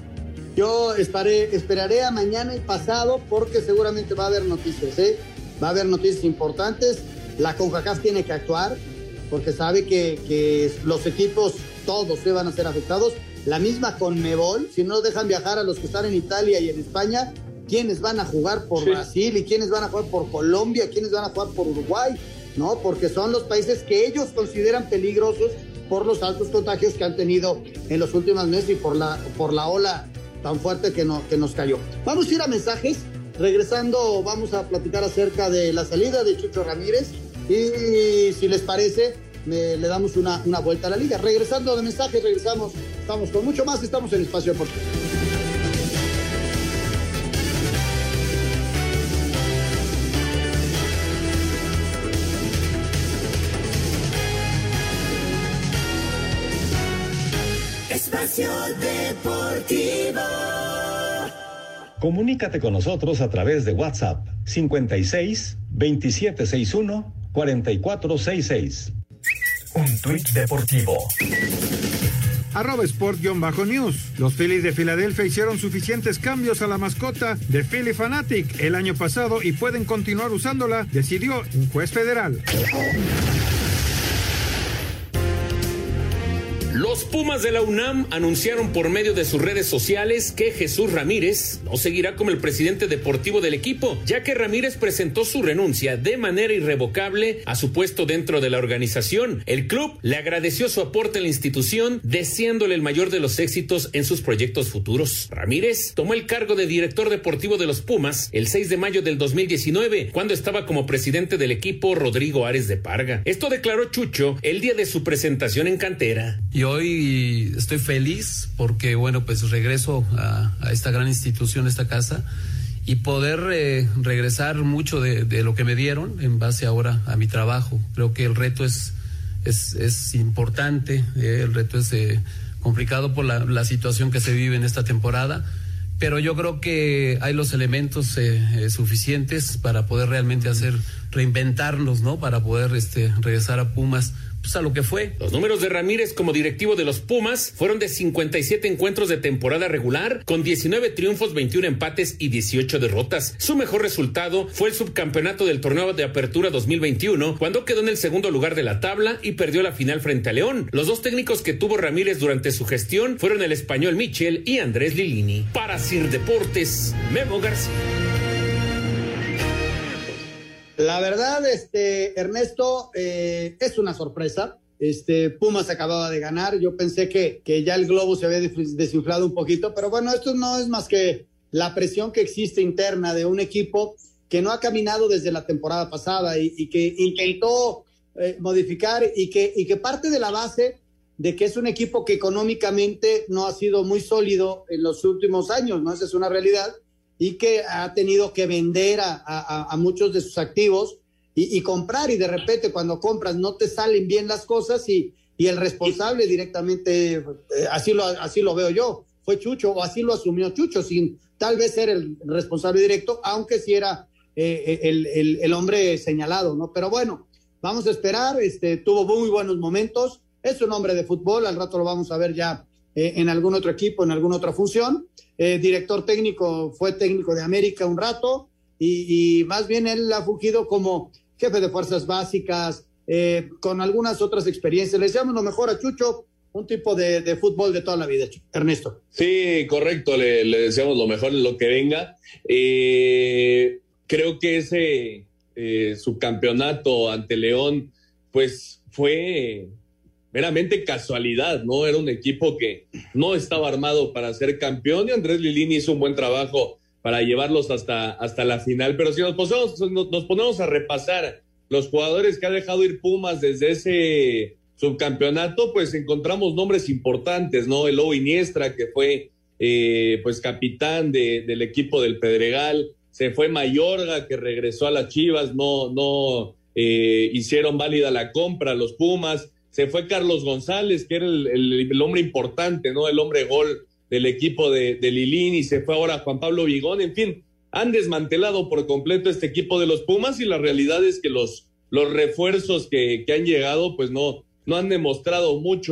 Yo esperaré, esperaré a mañana y pasado porque seguramente va a haber noticias, ¿eh? Va a haber noticias importantes la CONCACAF tiene que actuar porque sabe que, que los equipos todos se van a ser afectados. La misma CONMEBOL, si no dejan viajar a los que están en Italia y en España, ¿quiénes van a jugar por sí. Brasil? ¿Y quiénes van a jugar por Colombia? ¿Quiénes van a jugar por Uruguay? ¿No? Porque son los países que ellos consideran peligrosos por los altos contagios que han tenido en los últimos meses y por la, por la ola tan fuerte que, no, que nos cayó. Vamos a ir a mensajes. Regresando, vamos a platicar acerca de la salida de Chucho Ramírez y, si les parece, me, le damos una, una vuelta a la liga. Regresando de mensajes, regresamos. Estamos con mucho más. Estamos en Espacio Deportivo. Espacio Deportivo. Comunícate con nosotros a través de WhatsApp cincuenta y seis, veintisiete sesenta y uno, cuarenta y cuatro sesenta y seis. Un tuit deportivo. Arroba Sport-News. Los Phillies de Filadelfia hicieron suficientes cambios a la mascota de Phillie Phanatic el año pasado y pueden continuar usándola, decidió un juez federal. Los Pumas de la UNAM anunciaron por medio de sus redes sociales que Jesús Ramírez no seguirá como el presidente deportivo del equipo, ya que Ramírez presentó su renuncia de manera irrevocable a su puesto dentro de la organización. El club le agradeció su aporte a la institución, deseándole el mayor de los éxitos en sus proyectos futuros. Ramírez tomó el cargo de director deportivo de los Pumas el seis de mayo del dos mil diecinueve, cuando estaba como presidente del equipo Rodrigo Ares de Parga. Esto declaró Chucho el día de su presentación en cantera. Y hoy estoy feliz porque, bueno, pues regreso a, a esta gran institución, esta casa, y poder eh, regresar mucho de, de lo que me dieron en base ahora a mi trabajo. Creo que el reto es, es, es importante, eh, el reto es eh, complicado por la, la situación que se vive en esta temporada, pero yo creo que hay los elementos eh, eh, suficientes para poder realmente hacer, reinventarnos, ¿no? Para poder este, regresar a Pumas, pues a lo que fue. Los números de Ramírez como directivo de los Pumas fueron de cincuenta y siete encuentros de temporada regular, con diecinueve triunfos, veintiún empates y dieciocho derrotas. Su mejor resultado fue el subcampeonato del torneo de apertura dos mil veintiuno, cuando quedó en el segundo lugar de la tabla y perdió la final frente a León. Los dos técnicos que tuvo Ramírez durante su gestión fueron el español Michel y Andrés Lilini. Para Sir Deportes, Memo García. La verdad, este, Ernesto, eh, es una sorpresa. Este, Pumas acababa de ganar. Yo pensé que, que ya el globo se había desinflado un poquito, pero bueno, esto no es más que la presión que existe interna de un equipo que no ha caminado desde la temporada pasada y, y que intentó eh, modificar y que, y que parte de la base de que es un equipo que económicamente no ha sido muy sólido en los últimos años, ¿no? Esa es una realidad. Y que ha tenido que vender a, a, a muchos de sus activos y, y comprar, y de repente cuando compras no te salen bien las cosas y, y el responsable directamente, eh, así, lo, así lo veo yo, fue Chucho, o así lo asumió Chucho, sin tal vez ser el responsable directo, aunque sí era eh, el, el, el hombre señalado, ¿no? Pero bueno, vamos a esperar, este, tuvo muy buenos momentos, es un hombre de fútbol, al rato lo vamos a ver ya eh, en algún otro equipo, en alguna otra función. Eh, director técnico, fue técnico de América un rato y, y más bien él ha fungido como jefe de fuerzas básicas, eh, con algunas otras experiencias. Le deseamos lo mejor a Chucho, un tipo de, de fútbol de toda la vida. Ernesto. Sí, correcto, le, le deseamos lo mejor en lo que venga. Eh, creo que ese eh, subcampeonato ante León pues fue meramente casualidad, ¿no? Era un equipo que no estaba armado para ser campeón y Andrés Lilini hizo un buen trabajo para llevarlos hasta, hasta la final. Pero si nos ponemos, nos, nos ponemos a repasar los jugadores que ha dejado ir Pumas desde ese subcampeonato, pues encontramos nombres importantes, ¿no? El Lobo Iniestra, que fue eh, pues capitán de, del equipo del Pedregal, se fue Mayorga, que regresó a las Chivas, no, no eh, hicieron válida la compra los Pumas. Se fue Carlos González, que era el, el, el hombre importante, ¿no? El hombre gol del equipo de, de Lilini, se fue ahora Juan Pablo Vigón. En fin, han desmantelado por completo este equipo de los Pumas y la realidad es que los, los refuerzos que, que han llegado, pues no, no han demostrado mucho.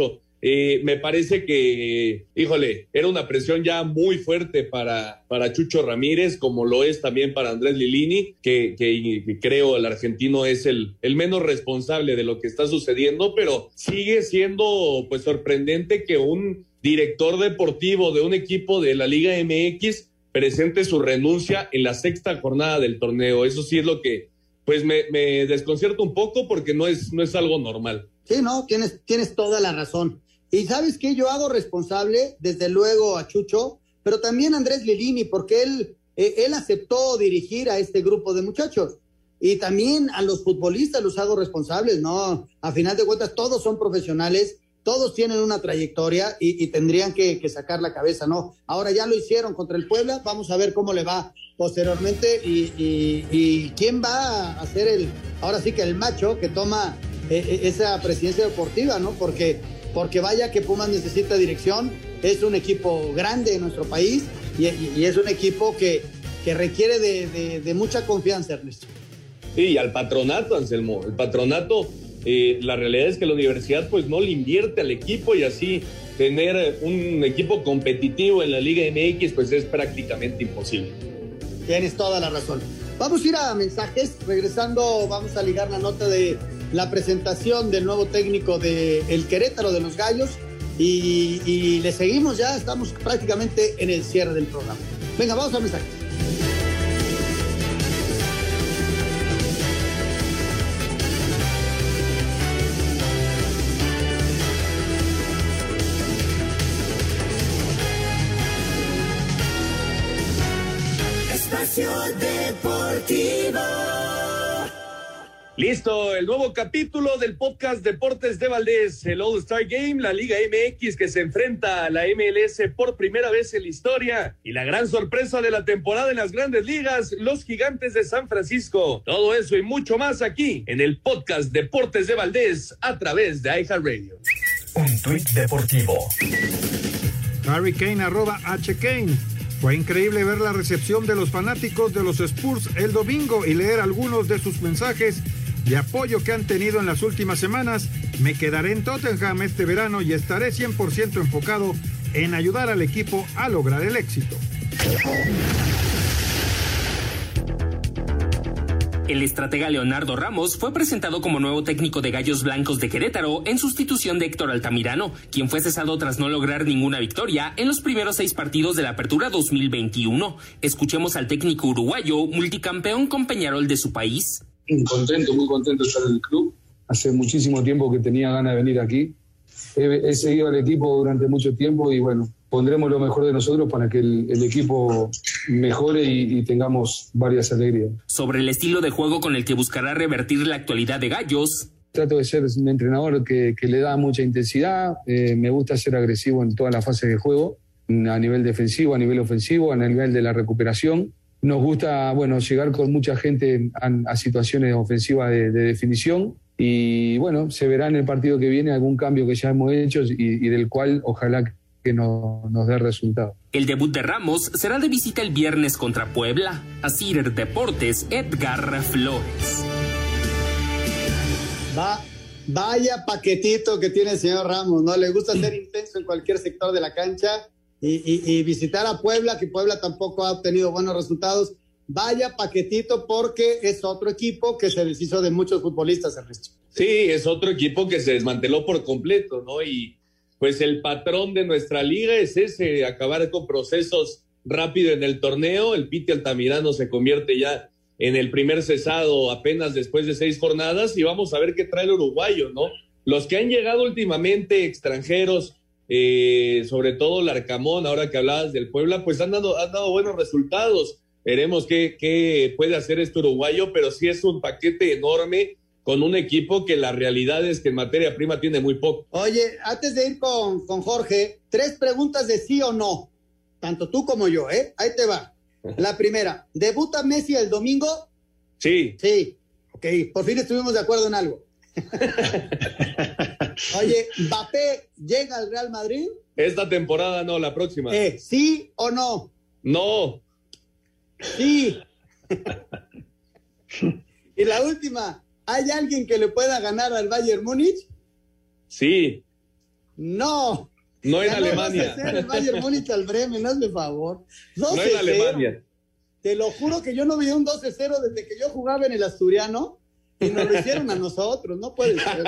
Eh, me parece que, híjole, era una presión ya muy fuerte para, para Chucho Ramírez, como lo es también para Andrés Lilini, que, que, que creo el argentino es el, el menos responsable de lo que está sucediendo, pero sigue siendo pues sorprendente que un director deportivo de un equipo de la Liga M X presente su renuncia en la sexta jornada del torneo. Eso sí es lo que pues me, me desconcierta un poco porque no es, no es algo normal. Sí, no, tienes, tienes toda la razón. Y ¿sabes qué? Yo hago responsable, desde luego, a Chucho, pero también a Andrés Lilini, porque él, eh, él aceptó dirigir a este grupo de muchachos. Y también a los futbolistas los hago responsables, ¿no? A final de cuentas, todos son profesionales, todos tienen una trayectoria y, y tendrían que, que sacar la cabeza, ¿no? Ahora ya lo hicieron contra el Puebla, vamos a ver cómo le va posteriormente y, y, y quién va a ser el, ahora sí que el macho que toma eh, esa presidencia deportiva, ¿no? Porque... porque vaya que Pumas necesita dirección, es un equipo grande en nuestro país y, y, y es un equipo que, que requiere de, de, de mucha confianza, Ernesto. Sí, y al patronato, Anselmo, el patronato, eh, la realidad es que la universidad pues no le invierte al equipo y así tener un equipo competitivo en la Liga M X pues es prácticamente imposible. Tienes toda la razón. Vamos a ir a mensajes, regresando vamos a ligar la nota de la presentación del nuevo técnico de el Querétaro de los Gallos y, y le seguimos ya, estamos prácticamente en el cierre del programa. Venga, vamos a mensajes. Espacio Deportivo. Listo, el nuevo capítulo del podcast Deportes de Valdés, el All-Star Game, la Liga M X que se enfrenta a la M L S por primera vez en la historia y la gran sorpresa de la temporada en las Grandes Ligas, los Gigantes de San Francisco. Todo eso y mucho más aquí en el podcast Deportes de Valdés a través de iHeartRadio. Un tuit deportivo. Harry Kane, arroba H. Kane. Fue increíble ver la recepción de los fanáticos de los Spurs el domingo y leer algunos de sus mensajes de apoyo que han tenido en las últimas semanas. Me quedaré en Tottenham este verano y estaré cien por ciento enfocado en ayudar al equipo a lograr el éxito. El estratega Leonardo Ramos fue presentado como nuevo técnico de Gallos Blancos de Querétaro en sustitución de Héctor Altamirano, quien fue cesado tras no lograr ninguna victoria en los primeros seis partidos de la Apertura dos mil veintiuno. Escuchemos al técnico uruguayo, multicampeón con Peñarol de su país. Muy contento, muy contento de estar en el club. Hace muchísimo tiempo que tenía ganas de venir aquí. He, he seguido al equipo durante mucho tiempo y bueno, pondremos lo mejor de nosotros para que el, el equipo mejore y, y tengamos varias alegrías. Sobre el estilo de juego con el que buscará revertir la actualidad de Gallos. Trato de ser un entrenador que, que le da mucha intensidad, eh, me gusta ser agresivo en todas las fases de juego, a nivel defensivo, a nivel ofensivo, a nivel de la recuperación. Nos gusta, bueno, llegar con mucha gente a, a situaciones ofensivas de, de definición y bueno, se verá en el partido que viene algún cambio que ya hemos hecho y, y del cual ojalá que no, nos dé resultado. El debut de Ramos será de visita el viernes contra Puebla. Asir Deportes, Edgar Flores. Va, vaya paquetito que tiene el señor Ramos, ¿no? Le gusta ser intenso en cualquier sector de la cancha y, y, y visitar a Puebla, que Puebla tampoco ha obtenido buenos resultados. Vaya paquetito porque es otro equipo que se deshizo de muchos futbolistas, Ernesto. Sí, es otro equipo que se desmanteló por completo, ¿no? Y pues el patrón de nuestra liga es ese, acabar con procesos rápido en el torneo. El Piti Altamirano se convierte ya en el primer cesado apenas después de seis jornadas y vamos a ver qué trae el uruguayo, ¿no? Los que han llegado últimamente, extranjeros, eh, sobre todo Larcamón, ahora que hablabas del Puebla, pues han dado, han dado buenos resultados. Veremos qué, qué puede hacer este uruguayo, pero sí es un paquete enorme con un equipo que la realidad es que en materia prima tiene muy poco. Oye, antes de ir con, con Jorge, tres preguntas de sí o no, tanto tú como yo, ¿eh? Ahí te va. La primera, ¿debuta Messi el domingo? Sí. Sí, ok, por fin estuvimos de acuerdo en algo. Oye, ¿Mbappé llega al Real Madrid? Esta temporada no, la próxima. Eh, ¿sí o no? No. Sí. Y la última, ¿hay alguien que le pueda ganar al Bayern Múnich? Sí. No. No en Ya Alemania. No el Bayern Múnich al Bremen, hazme favor. No en Alemania. Te lo juro que yo no veía un doce cero desde que yo jugaba en el Asturiano y nos lo hicieron a nosotros, no puede ser.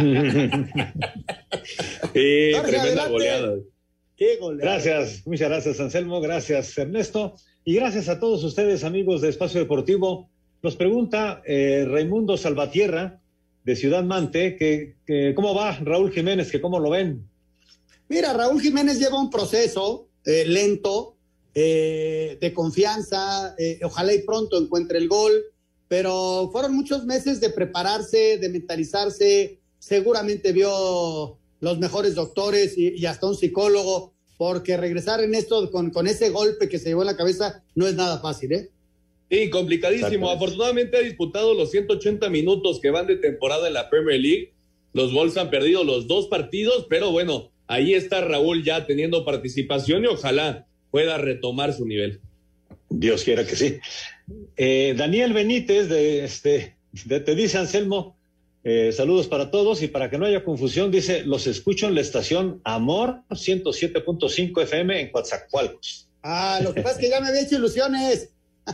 Sí, Jorge, tremenda adelante. goleada. Qué goleada. Gracias, muchas gracias, Anselmo, gracias, Ernesto, y gracias a todos ustedes, amigos de Espacio Deportivo. Nos pregunta eh, Raimundo Salvatierra, de Ciudad Mante, que, que cómo va Raúl Jiménez, que cómo lo ven. Mira, Raúl Jiménez lleva un proceso eh, lento, eh, de confianza, eh, ojalá y pronto encuentre el gol, pero fueron muchos meses de prepararse, de mentalizarse, seguramente vio los mejores doctores y, y hasta un psicólogo, porque regresar en esto con, con ese golpe que se llevó en la cabeza no es nada fácil, ¿eh? Sí, complicadísimo. Afortunadamente ha disputado los ciento ochenta minutos que van de temporada en la Premier League. Los Wolves han perdido los dos partidos, pero bueno, ahí está Raúl ya teniendo participación y ojalá pueda retomar su nivel. Dios quiera que sí. Eh, Daniel Benítez, de, este, de, te dice Anselmo, eh, saludos para todos y para que no haya confusión, dice, los escucho en la estación Amor ciento siete punto cinco F M en Coatzacoalcos. Ah, lo que pasa es que ya me había hecho ilusiones.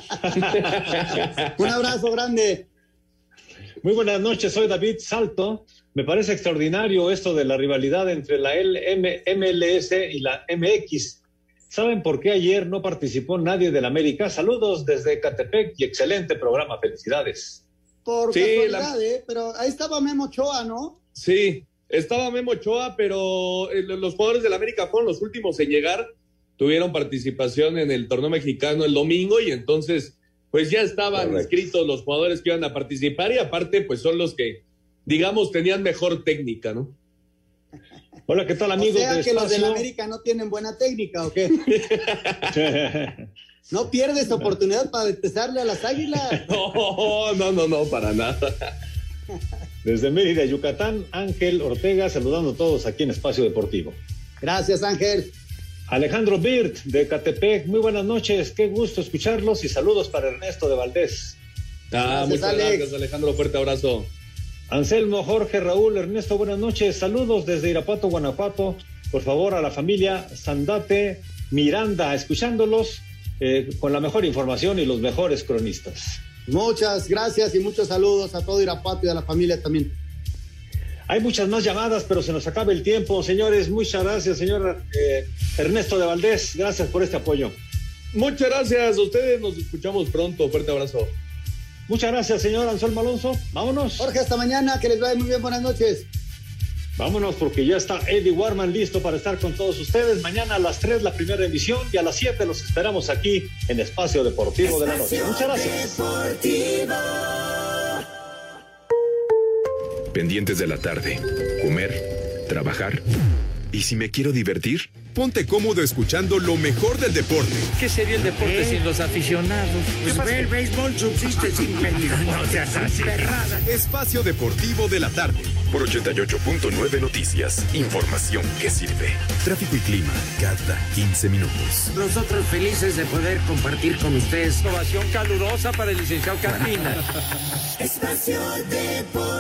Un abrazo grande. Muy buenas noches, soy David Salto. Me parece extraordinario esto de la rivalidad entre la M L S y la M X. ¿Saben por qué ayer no participó nadie del América? Saludos desde Ecatepec y excelente programa, felicidades. Por Sí, casualidad, la- ¿eh? Pero ahí estaba Memo Ochoa, ¿no? Sí, estaba Memo Ochoa, pero eh, los jugadores del América fueron los últimos en llegar, tuvieron participación en el torneo mexicano el domingo y entonces pues ya estaban Correcto. inscritos los jugadores que iban a participar y aparte pues son los que, digamos, tenían mejor técnica, ¿no? Hola, ¿qué tal, amigos O sea de que los del Espacio? América no tienen buena técnica, ¿o qué? No pierdes oportunidad para detestarle a las Águilas. No, no, no, no, para nada. Desde Mérida, Yucatán, Ángel Ortega, saludando a todos aquí en Espacio Deportivo. Gracias, Ángel. Alejandro Birt, de Catepec, muy buenas noches, qué gusto escucharlos y saludos para Ernesto de Valdés. Ah, Gracias, muchas Alex. gracias, Alejandro, fuerte abrazo. Anselmo, Jorge, Raúl, Ernesto, buenas noches, saludos desde Irapuato, Guanajuato, por favor a la familia Sandate Miranda, escuchándolos eh, con la mejor información y los mejores cronistas. Muchas gracias y muchos saludos a todo Irapuato y a la familia también. Hay muchas más llamadas, pero se nos acaba el tiempo, señores, muchas gracias, señor eh, Ernesto de Valdés, gracias por este apoyo. Muchas gracias a ustedes, nos escuchamos pronto, fuerte abrazo. Muchas gracias, señor Anselmo Alonso, vámonos. Jorge, hasta mañana, que les vaya muy bien, buenas noches. Vámonos porque ya está Eddie Warman listo para estar con todos ustedes. Mañana a las tres la primera emisión y a las siete los esperamos aquí en Espacio Deportivo de la Noche. Muchas gracias. Deportivo. Pendientes de la tarde, comer, trabajar. ¿Y si me quiero divertir? Ponte cómodo escuchando lo mejor del deporte. ¿Qué sería el deporte sin los aficionados? Pues ve, el béisbol subsiste sin peligro. No seas así. Espacio Deportivo de la tarde. Por ochenta y ocho punto nueve Noticias. Información que sirve. Tráfico y clima cada quince minutos. Nosotros felices de poder compartir con ustedes. Ovación calurosa para el licenciado Carmina. Espacio Deportivo.